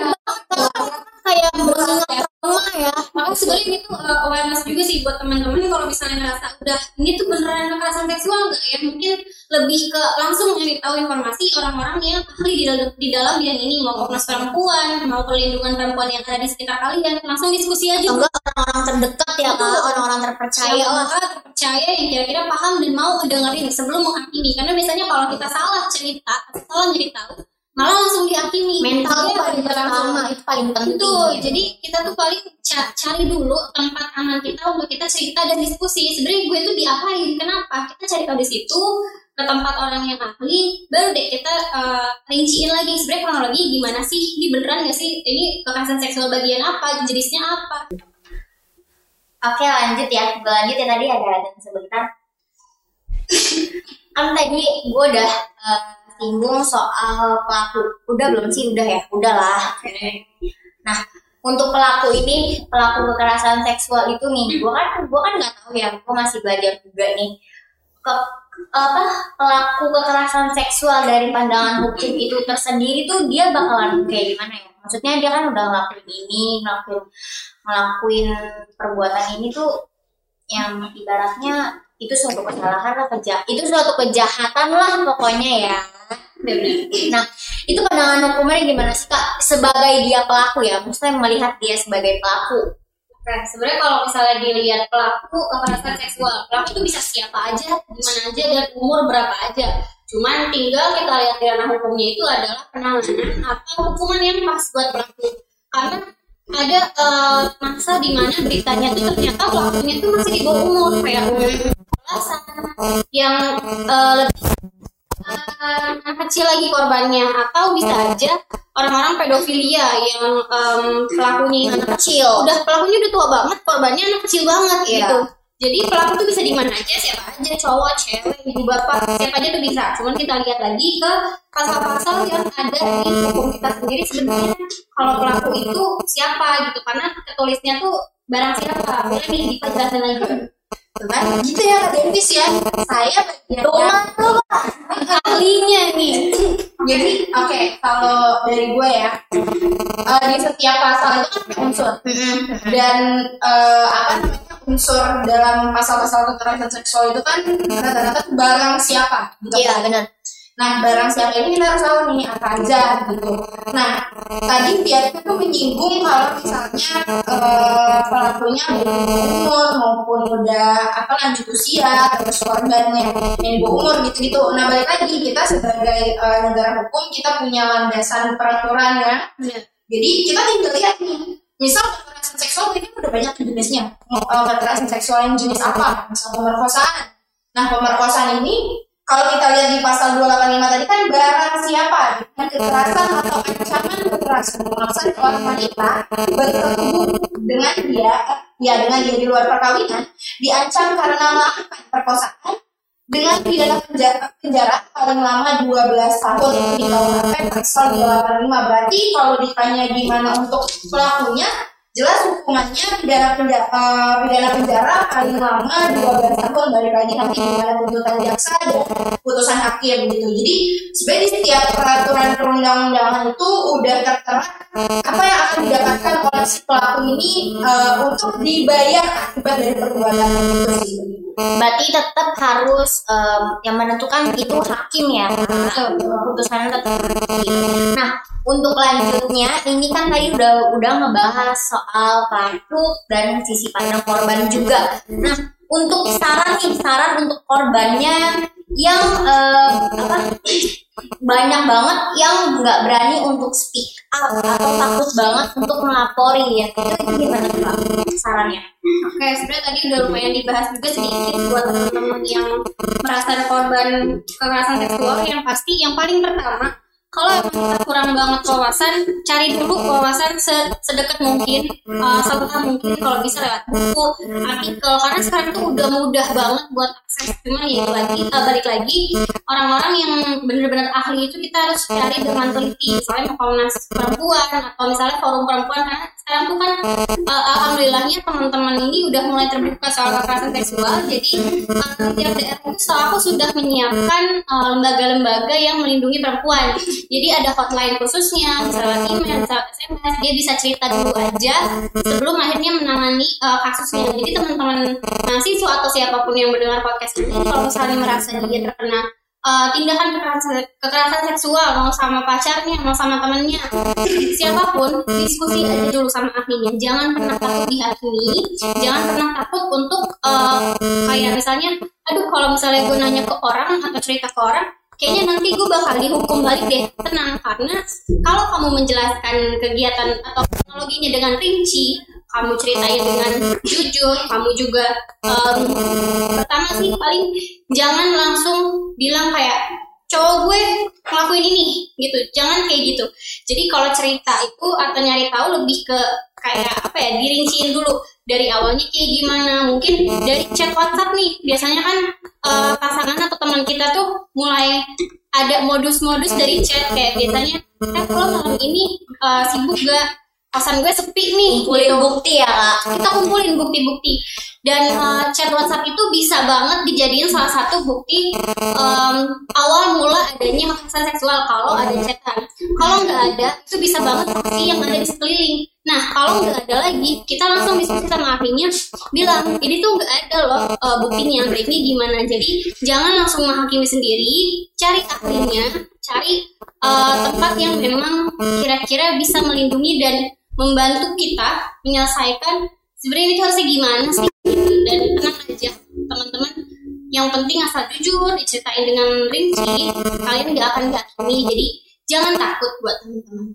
kayak mengingat trauma ya. Makanya sebenarnya itu uh, awareness juga sih buat teman-teman kalau misalnya ngerasa udah ini tuh beneran kekerasan seksual nggak ya, mungkin lebih ke langsung nyari tahu informasi orang-orang yang ahli di, dal- di dalam bidang ini, mau Komnas Perempuan, mau perlindungan perempuan yang ada di sekitar kalian, langsung diskusi aja. Enggak, orang-orang terdekat ya kak, orang-orang terpercaya Yang lah. bakal terpercaya yang kira-kira paham dan mau ngedengerin sebelum menghakimi. Karena biasanya kalau kita salah cerita, salah nyari tahu, malah langsung dihakimi. Mental tuh Makanya paling pertama, itu paling penting. Betul, jadi kita tuh paling ca- cari dulu tempat aman kita untuk kita cerita dan diskusi. Sebenarnya gue tuh diapain, kenapa? Kita cari tahu di situ, ke tempat orang yang ahli, baru deh kita uh, rinciin lagi sebenarnya kronologi gimana sih, ini beneran nggak sih, ini kekerasan seksual bagian apa, jenisnya apa. Oke lanjut ya, gue lanjut ya, tadi ada ada sebentar. Kan tadi gue udah uh, singgung soal pelaku, udah belum sih? Udah ya, udahlah. Nah, untuk pelaku ini, pelaku kekerasan seksual itu nih, gue kan gue kan nggak tahu ya, gue masih belajar juga nih. Ke, apa pelaku kekerasan seksual dari pandangan hukum itu tersendiri tuh dia bakalan kayak gimana ya? Maksudnya dia kan udah ngelakuin ini, ngelakuin ngelakuin perbuatan ini tuh yang ibaratnya itu suatu kesalahan lah, keja itu suatu kejahatan lah pokoknya ya. Nah, itu pandangan hukumnya gimana sih kak? Sebagai dia pelaku ya, maksudnya melihat dia sebagai pelaku. Nah, sebenarnya kalau misalnya dilihat pelaku kekerasan seksual, pelaku itu bisa siapa aja, gimana aja, dan umur berapa aja. Cuman tinggal kita lihat di ranah hukumnya itu adalah penanganan atau hukuman yang pas buat pelaku. Karena ada uh, masa di mana beritanya itu ternyata pelakunya itu masih di bawah umur, kayak umur belasan, yang uh, lebih uh, anak kecil lagi korbannya, atau bisa aja orang-orang pedofilia yang um, pelakunya anak kecil, udah pelakunya udah tua banget, korbannya anak kecil banget gitu. Jadi pelaku tuh bisa di mana aja, siapa aja, cowok, cewek, ibu bapak, siapa aja tuh bisa. Cuman kita lihat lagi ke pasal-pasal yang ada di hukum kita sendiri sebenarnya kalau pelaku itu siapa gitu, karena ketulisnya tuh barang siapa. Boleh nih dijelasin lagi. Kan gitu ya Kak Dentis ya. Saya bagian ahlinya nih. Jadi oke, okay, kalau dari gue ya, uh, di setiap pasal itu kan unsur dan uh, apa namanya unsur dalam pasal-pasal kekerasan seksual itu kan rata-rata barang siapa gitu. Iya benar. Nah, barang siapa ini kita harus tahu nih apa aja gitu. Nah, tadi dia itu menyinggung kalau misalnya uh, pelakunya berumur maupun udah apa lanjut usia, terus korbannya yang di umur gitu-gitu. Nah, balik lagi kita sebagai uh, negara hukum kita punya landasan peraturan ya. Benar. Jadi kita tinggal lihat nih. Misal kekerasan seksual ini udah banyak jenisnya. Uh, kekerasan seksual yang jenis apa? Misal pemerkosaan. Nah, pemerkosaan ini kalau kita lihat di pasal dua ratus delapan puluh lima tadi kan barang siapa dengan kekerasan atau ancaman kekerasan memaksa seorang wanita bersetubuh dengan dia, ya dengan dia di luar perkawinan, diancam karena melakukan perkosaan dengan pidana penjara, penjara paling lama dua belas tahun itu di K U H P pasal dua ratus delapan puluh lima. Berarti kalau ditanya gimana untuk pelakunya, jelas hukumannya pidana penjara, uh, pidana penjara paling lama dua belas tahun, balik lagi nanti gimana tuntutan jaksa dan putusan hakim gitu. Jadi sebenarnya di setiap peraturan perundang-undangan itu udah tertera apa yang akan didapatkan oleh si pelaku ini uh, untuk dibayar akibat dari perbuatan itu sih. Berarti tetap harus um, yang menentukan itu hakim ya, putusannya tetap hakim. Nah, untuk lanjutnya ini kan tadi udah udah ngebahas soal pelaku dan sisi pandang korban juga. Nah, untuk saran nih, saran untuk korbannya yang uh, apa banyak banget yang nggak berani untuk speak up atau takut banget untuk melapori ya, itu gimana Pak sarannya? Oke, sebenarnya tadi udah lumayan dibahas juga sedikit buat teman-teman yang merasa ada korban kekerasan seksual. Yang pasti yang paling pertama, kalau emang kita kurang banget wawasan, cari dulu wawasan sedekat mungkin, uh, semudah mungkin, kalau bisa lewat buku, artikel, karena sekarang tuh udah mudah banget buat akses. Cuma ya lagi, uh, balik lagi, orang-orang yang benar-benar ahli itu kita harus cari dengan teliti. Soalnya mau Komnas Perempuan atau misalnya forum perempuan, karena sekarang tuh kan uh, alhamdulillahnya teman-teman ini udah mulai terbuka soal kekerasan seksual. Jadi uh, tiap daerah itu setahu aku sudah menyiapkan uh, lembaga-lembaga yang melindungi perempuan. Jadi ada hotline khususnya, misalnya email, misalnya S M S, dia bisa cerita dulu aja sebelum akhirnya menangani uh, kasusnya. Jadi teman-teman mahasiswa atau siapapun yang mendengar podcast ini, kalau misalnya merasa dia terkena uh, tindakan kekerasan, kekerasan seksual, mau sama pacarnya, mau sama temannya, siapapun, diskusi aja dulu sama ahlinya. Jangan pernah takut dihakimi, jangan pernah takut untuk uh, kayak misalnya, aduh kalau misalnya gue nanya ke orang atau cerita ke orang, kayaknya nanti gue bakal dihukum balik deh. Tenang, karena kalau kamu menjelaskan kegiatan atau teknologinya dengan rinci, kamu ceritain dengan jujur, kamu juga um, pertama sih paling jangan langsung bilang kayak cowok gue ngelakuin ini gitu, jangan kayak gitu. Jadi kalau cerita itu atau nyari tahu lebih ke kayak apa ya, dirinciin dulu dari awalnya kayak gimana. Mungkin dari chat WhatsApp nih, biasanya kan uh, pasangan atau teman kita tuh mulai ada modus-modus dari chat, kayak biasanya eh kalau malam ini uh, sibuk gak, kosan gue sepi nih, kumpulin bukti ya Kak. Kita kumpulin bukti-bukti. Dan uh, chat WhatsApp itu bisa banget dijadiin salah satu bukti um, awal mula adanya kekerasan seksual kalau ada chatan. Kalau nggak ada, itu bisa banget saksi yang ada di sekeliling. Nah, kalau nggak ada lagi, kita langsung diskusi sama ahlinya, bilang ini tuh nggak ada loh uh, buktinya, baiknya gimana. Jadi jangan langsung menghakimi sendiri, cari ahlinya, cari uh, tempat yang memang kira-kira bisa melindungi dan membantu kita menyelesaikan sebenarnya itu harusnya gimana sih gitu. Dan tenang aja teman-teman, yang penting asal jujur, diceritain dengan rinci, kalian gak akan dihakimi. Jadi jangan takut buat teman-teman.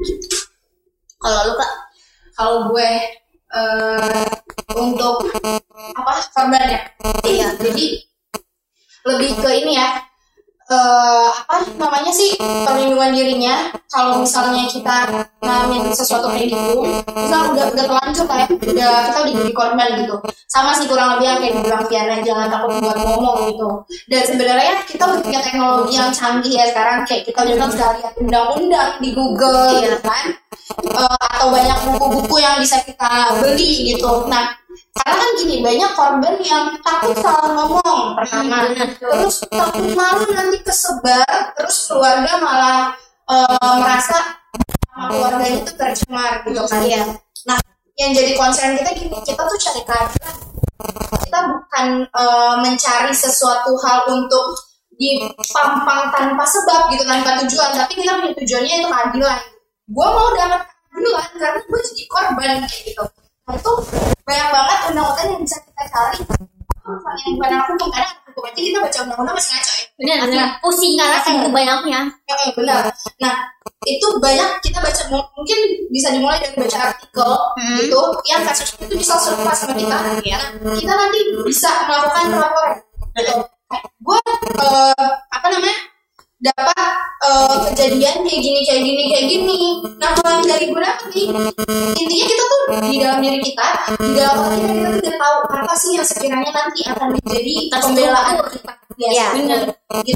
Kalau lu Kak? Kalau gue uh, untuk apa korban ya, iya, jadi lebih ke ini ya, uh, apa namanya sih, perlindungan dirinya. Kalau misalnya kita ngalamin sesuatu kayak gitu, misal udah udah terlanjur kayak udah kita udah jadi korban gitu, sama sih kurang lebih yang kayak dibilang Tiana, jangan takut buat ngomong gitu. Dan sebenarnya kita udah punya teknologi yang canggih ya sekarang, kayak kita udah bisa lihat undang-undang di Google gitu kan, uh, atau banyak buku-buku yang bisa kita beli gitu. Nah, karena kan gini, banyak korban yang takut salah ngomong pertama, terus takut malu nanti kesebar, terus keluarga malah uh, merasa sama keluarganya itu tercemar gitu kan ya. Nah, yang jadi concern kita gini, kita tuh cari keadilan. Kita bukan uh, mencari sesuatu hal untuk dipampang tanpa sebab gitu, tanpa tujuan, tapi kita punya tujuannya itu keadilan. Gue mau dapat keadilan karena gue jadi korban kayak gitu. Nah, itu banyak banget undang-undang yang bisa kita cari. Misalnya bukan anak hukum, karena anak hukum aja kita baca undang-undang masih ngaco ya. Benar, benar. Pusing karena segitu banyaknya. Ya, ya, benar. Nah, itu banyak kita baca, mungkin bisa dimulai dari baca artikel hmm. gitu, yang kasus itu bisa serupa sama kita. Ya. Nah, kita nanti bisa melakukan pelaporan. Gitu. Gue uh, apa namanya dapat uh, kejadian kayak gini kayak gini kayak gini. Nah, kalau dari gue dapet nih, intinya kita tuh di dalam diri kita, di dalam otak kita, kita tuh udah tahu apa sih yang sekiranya nanti akan menjadi pembelaan kita. Ya, benar. Gitu.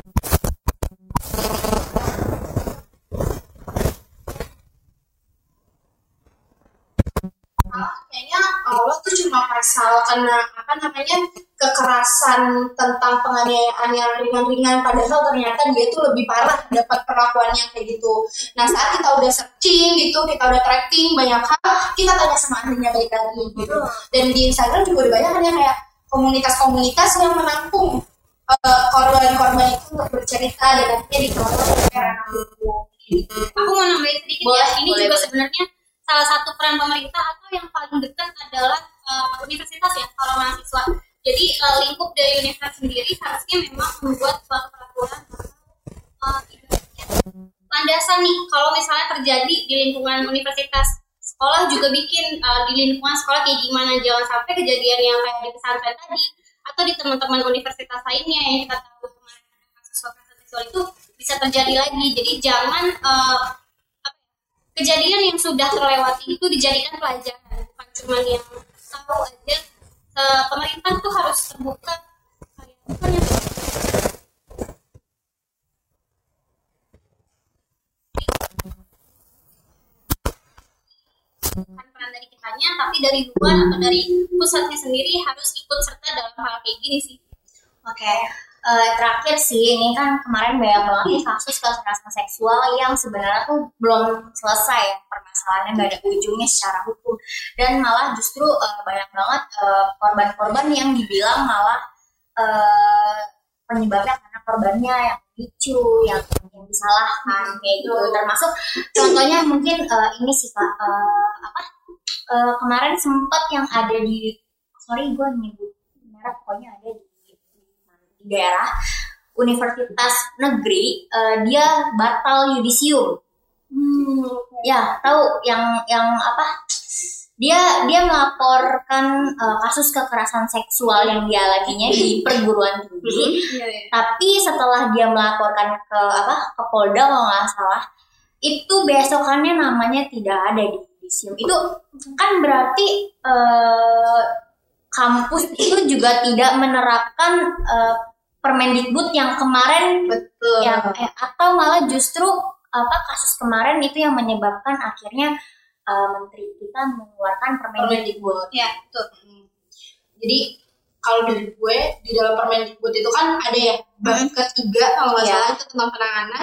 Kayaknya Allah tuh cuma pasal kena apa namanya kekerasan tentang penganiayaan yang ringan-ringan, padahal ternyata dia tuh lebih parah dapat perlakuannya kayak gitu. Nah, saat kita udah searching gitu, kita udah tracking banyak hal, kita tanya sama ahlinya balik lagi gitu. Dan di Instagram juga udah banyak kan ya kayak komunitas-komunitas yang menampung uh, korban-korban itu untuk bercerita dan akhirnya dikelola oleh ranah hukum. Aku mau nambahin sedikit boleh, ya, ini boleh, juga boleh. sebenarnya salah satu peran pemerintah atau yang paling dekat adalah uh, universitas ya, kalau mahasiswa. Jadi uh, lingkup dari universitas sendiri harusnya memang membuat suatu peraturan uh, landasan nih, kalau misalnya terjadi di lingkungan universitas. Sekolah juga bikin uh, di lingkungan sekolah kayak gimana, jangan sampai kejadian yang kayak di pesantren tadi atau di teman-teman universitas lainnya yang kita tahu kemarin kasus kekerasan seksual itu bisa terjadi lagi. Jadi jangan uh, kejadian yang sudah terlewati itu dijadikan pelajaran, bukan cuma yang tahu aja. Uh, pemerintah tuh harus terbuka, bukan yang bukan peran dari kitanya, tapi dari luar atau dari pusatnya sendiri harus ikut serta dalam hal kayak gini sih. Oke, okay. uh, terakhir sih, ini kan kemarin banyak banget nih kasus kekerasan seksual yang sebenarnya tuh belum selesai ya, permasalahannya nggak ada ujungnya secara hukum, dan malah justru uh, banyak banget uh, korban-korban yang dibilang malah uh, penyebabnya karena korbannya yang lucu, yang yang disalahkan kayak gitu. Termasuk contohnya mungkin uh, ini sih Kak, uh, apa uh, kemarin sempat yang ada di, sorry gue nyebut merek, pokoknya ada di, di daerah universitas negeri, uh, dia batal yudisium. Hmm, ya tahu yang yang apa? Dia dia melaporkan uh, kasus kekerasan seksual yang dialaminya di perguruan tinggi. Tapi setelah dia melaporkan ke apa ke Polda kalau nggak salah, itu besokannya namanya tidak ada di yudisium. Itu kan berarti uh, kampus itu juga tidak menerapkan uh, Permendikbud yang kemarin. Betul. Yang, eh, atau malah justru apa kasus kemarin itu yang menyebabkan akhirnya uh, menteri kita mengeluarkan Permendikbud. Ya, betul. Hmm. Jadi kalau dari gue di dalam Permendikbud itu kan ada ya bab ketiga kalau nggak salah itu tentang penanganan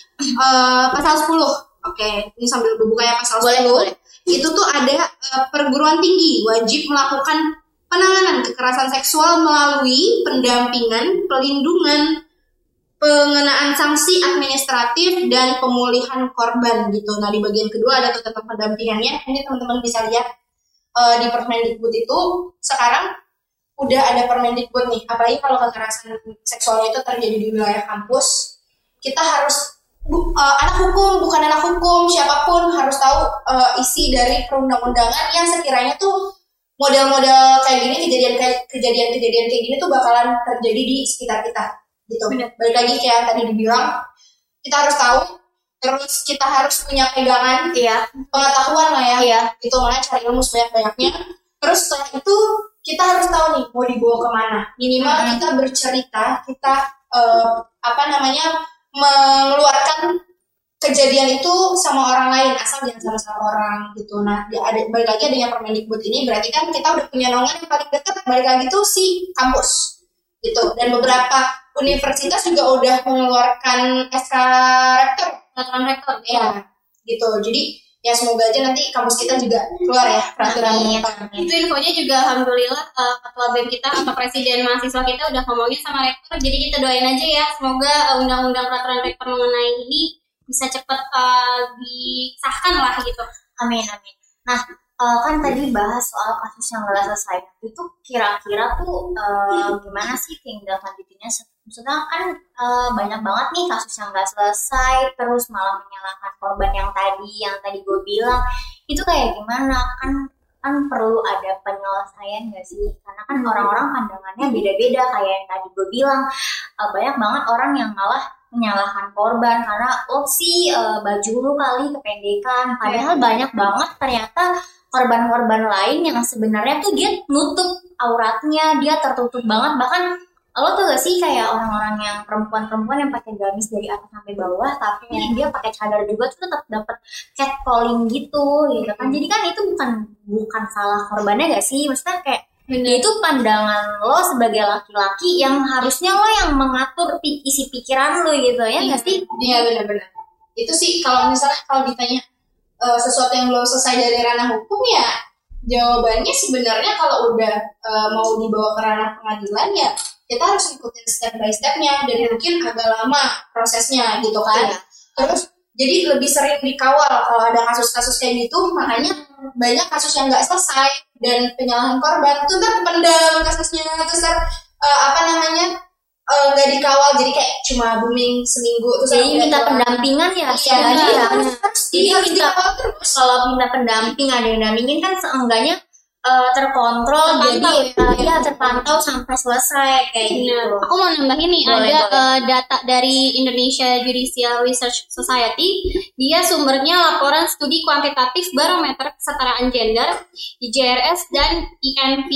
uh, pasal sepuluh. Oke, ini sambil buka ya pasal boleh, sepuluh. Boleh. Itu tuh ada uh, perguruan tinggi wajib melakukan penanganan kekerasan seksual melalui pendampingan, pelindungan, pengenaan sanksi administratif dan pemulihan korban gitu. Nah di bagian kedua ada tuh tentang pendampingannya. Ini teman-teman bisa lihat uh, di Permendikbud itu sekarang udah ada Permendikbud nih. Apalagi kalau kekerasan seksualnya itu terjadi di wilayah kampus, kita harus bu, uh, anak hukum bukan anak hukum siapapun harus tahu uh, isi dari perundang-undangan yang sekiranya tuh model-model kayak gini, kejadian kayak kejadian-kejadian kayak gini tuh bakalan terjadi di sekitar kita. Gitu. Balik lagi kayak yang tadi dibilang, kita harus tahu, terus kita harus punya pegangan, iya. pengetahuan lah ya, iya. Itu makanya cari ilmu sebanyak-banyaknya. Terus setelah itu kita harus tahu nih mau dibawa kemana. Minimal hmm. kita bercerita, kita uh, apa namanya mengeluarkan kejadian itu sama orang lain, asal jangan sama-sama orang gitu. Nah, ada balik lagi adanya Permendikbud ini berarti kan kita udah punya naungan yang paling dekat, balik lagi tuh si kampus gitu. Dan beberapa universitas juga udah mengeluarkan S K rektor, peraturan rektor ya, gitu. Jadi ya semoga aja nanti kampus kita juga keluar ya peraturan rektor. Itu infonya juga alhamdulillah uh, ketua B E M kita atau presiden mahasiswa kita udah ngomongin sama rektor. Jadi kita doain aja ya semoga uh, undang-undang peraturan rektor mengenai ini bisa cepat uh, disahkan lah gitu. Amin amin. Nah uh, kan tadi bahas soal kasus yang nggak selesai. Itu kira-kira tuh uh, gimana sih tindak lanjutnya? Maksudnya kan uh, banyak banget nih kasus yang nggak selesai, terus malah menyalahkan korban yang tadi, yang tadi gue bilang itu kayak gimana? Kan kan perlu ada penyelesaian nggak sih? Karena kan orang-orang pandangannya beda-beda kayak yang tadi gue bilang. Uh, banyak banget orang yang malah menyalahkan korban karena oh sih uh, baju lu kali kependekan, padahal banyak banget ternyata korban-korban lain yang sebenarnya tuh dia nutup auratnya, dia tertutup banget. Bahkan lo tuh gak sih kayak orang-orang yang perempuan-perempuan yang pakai gamis dari atas sampai bawah tapi yeah. dia pakai cadar juga tuh tetap dapat catcalling gitu gitu kan. Jadi kan itu bukan bukan salah korbannya gak sih? Maksudnya kayak bener. Itu pandangan lo sebagai laki-laki yang harusnya lo yang mengatur isi pikiran lo gitu ya nggak sih? Iya benar-benar. Itu sih kalau misalnya kalau ditanya uh, sesuatu yang belum selesai dari ranah hukum ya jawabannya sebenarnya kalau udah uh, mau dibawa ke ranah pengadilan ya kita harus ikutin step by stepnya dan mungkin agak lama prosesnya gitu kan. Ya. Terus jadi lebih sering dikawal kalau ada kasus-kasus kayak gitu, makanya banyak kasus yang nggak selesai dan penyalahan korban itu ntar kependam kasusnya, terus ntar uh, apa namanya nggak uh, dikawal jadi kayak cuma booming seminggu terus jadi minta pendampingan ya iya ya. Harus, harus, jadi harus minta terus. Kalau minta pendamping ada yang dampingin kan seenggaknya uh, terkontrol terpantau, jadi ya, ya terpantau sampai selesai kayak gitu. Aku mau nambahin nih boleh, ada boleh. Uh, data dari Indonesia Judicial Research Society. Dia sumbernya laporan studi kuantitatif barometer kesetaraan gender I J R S dan I N P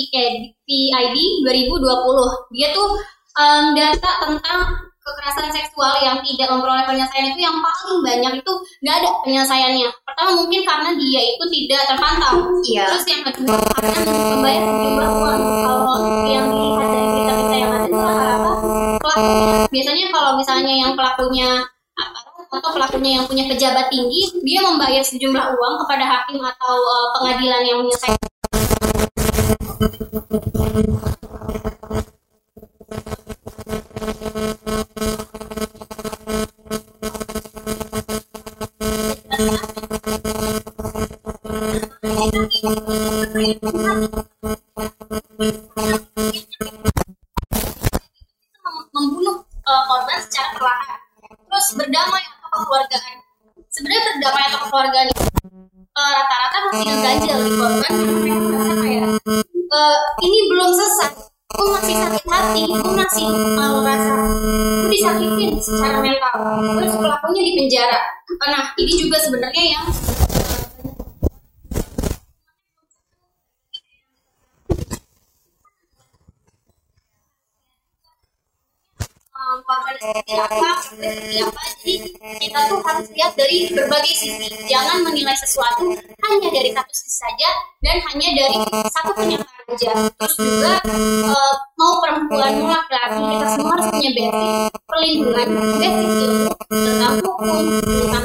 I D dua ribu dua puluh. Dia tuh um, data tentang kekerasan seksual yang tidak memperoleh penyelesaian itu yang paling banyak itu nggak ada penyelesaiannya. Pertama mungkin karena dia itu tidak terpantau. Iya. Terus yang kedua karena membayar sejumlah uang. Kalau yang dilihat dari berita-berita yang ada itu rata-rata pelakunya. Biasanya kalau misalnya yang pelakunya atau pelakunya yang punya pejabat tinggi, dia membayar sejumlah uang kepada hakim atau uh, pengadilan yang menyelesaikan. membunuh uh, korban secara perlahan. Terus berdamai atau kekeluargaan. Sebenarnya berdamai atau kekeluargaan itu uh, rata-rata masih ngeganjel di korban karena mereka merasa kayak uh, ini belum selesai. Gue masih sakit hati, gue masih uh, merasa gue disakitin secara mental. Terus pelakunya di penjara. Nah, ini juga sebenarnya yang korban seperti apa, seperti apa. Jadi kita tuh harus lihat dari berbagai sisi. Jangan menilai sesuatu hanya dari satu sisi saja dan hanya dari satu penyataan aja. Terus juga uh, mau perempuan mau laki-laki, kita semua harus punya basic perlindungan, basic ilmu tentang hukum, tentang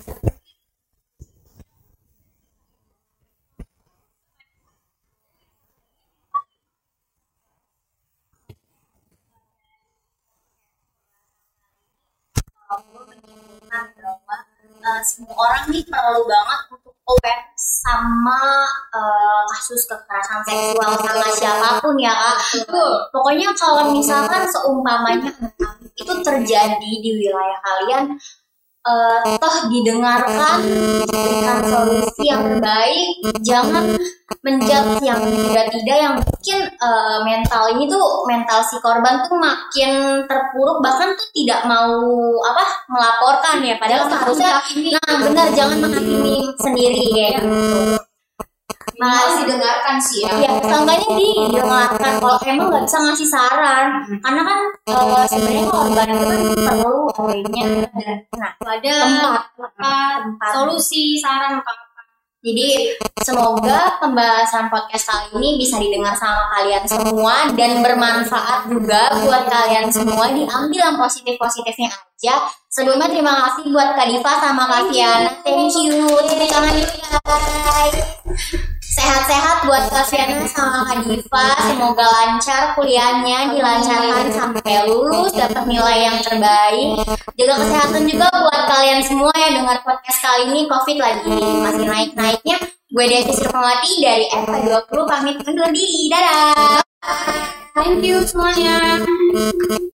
bahwa uh, semua orang nih perlu banget untuk aware sama uh, kasus kekerasan seksual sama siapapun ya kak. Pokoknya kalau misalkan seumpamanya itu terjadi di wilayah kalian, uh, toh didengarkan, diberikan solusi yang terbaik, jangan menjudge yang tidak-tidak yang mungkin uh, mental ini tuh mental si korban tuh makin terpuruk, bahkan tuh tidak mau apa melaporkan ya, padahal seharusnya nah benar jangan menghakimi sendiri ya gitu. Malah didengarkan sih ya. Ya, seenggaknya didengarkan. Kalau emang nggak bisa ngasih saran, karena kan uh, sebenarnya korban itu kan perlu awalnya nah ada tempat, tempat, tempat. solusi, saran apa. Jadi semoga pembahasan podcast kali ini bisa didengar sama kalian semua dan bermanfaat juga buat kalian semua. Diambil yang positif-positifnya aja. Sebelumnya terima kasih buat Kak Diva sama Kak Fiana. Thank you. Tepuk tangan dulu guys. Sehat-sehat buat Kak Fiana sama Kak Diva. Semoga lancar kuliahnya, dilancarkan sampai lulus, dapat nilai yang terbaik. Jaga kesehatan juga buat kalian semua yang dengar podcast kali ini. Covid lagi masih naik-naiknya. Gue Devi Sirpamati dari F K dua puluh pamit undur diri. Dadah. Thank you semuanya.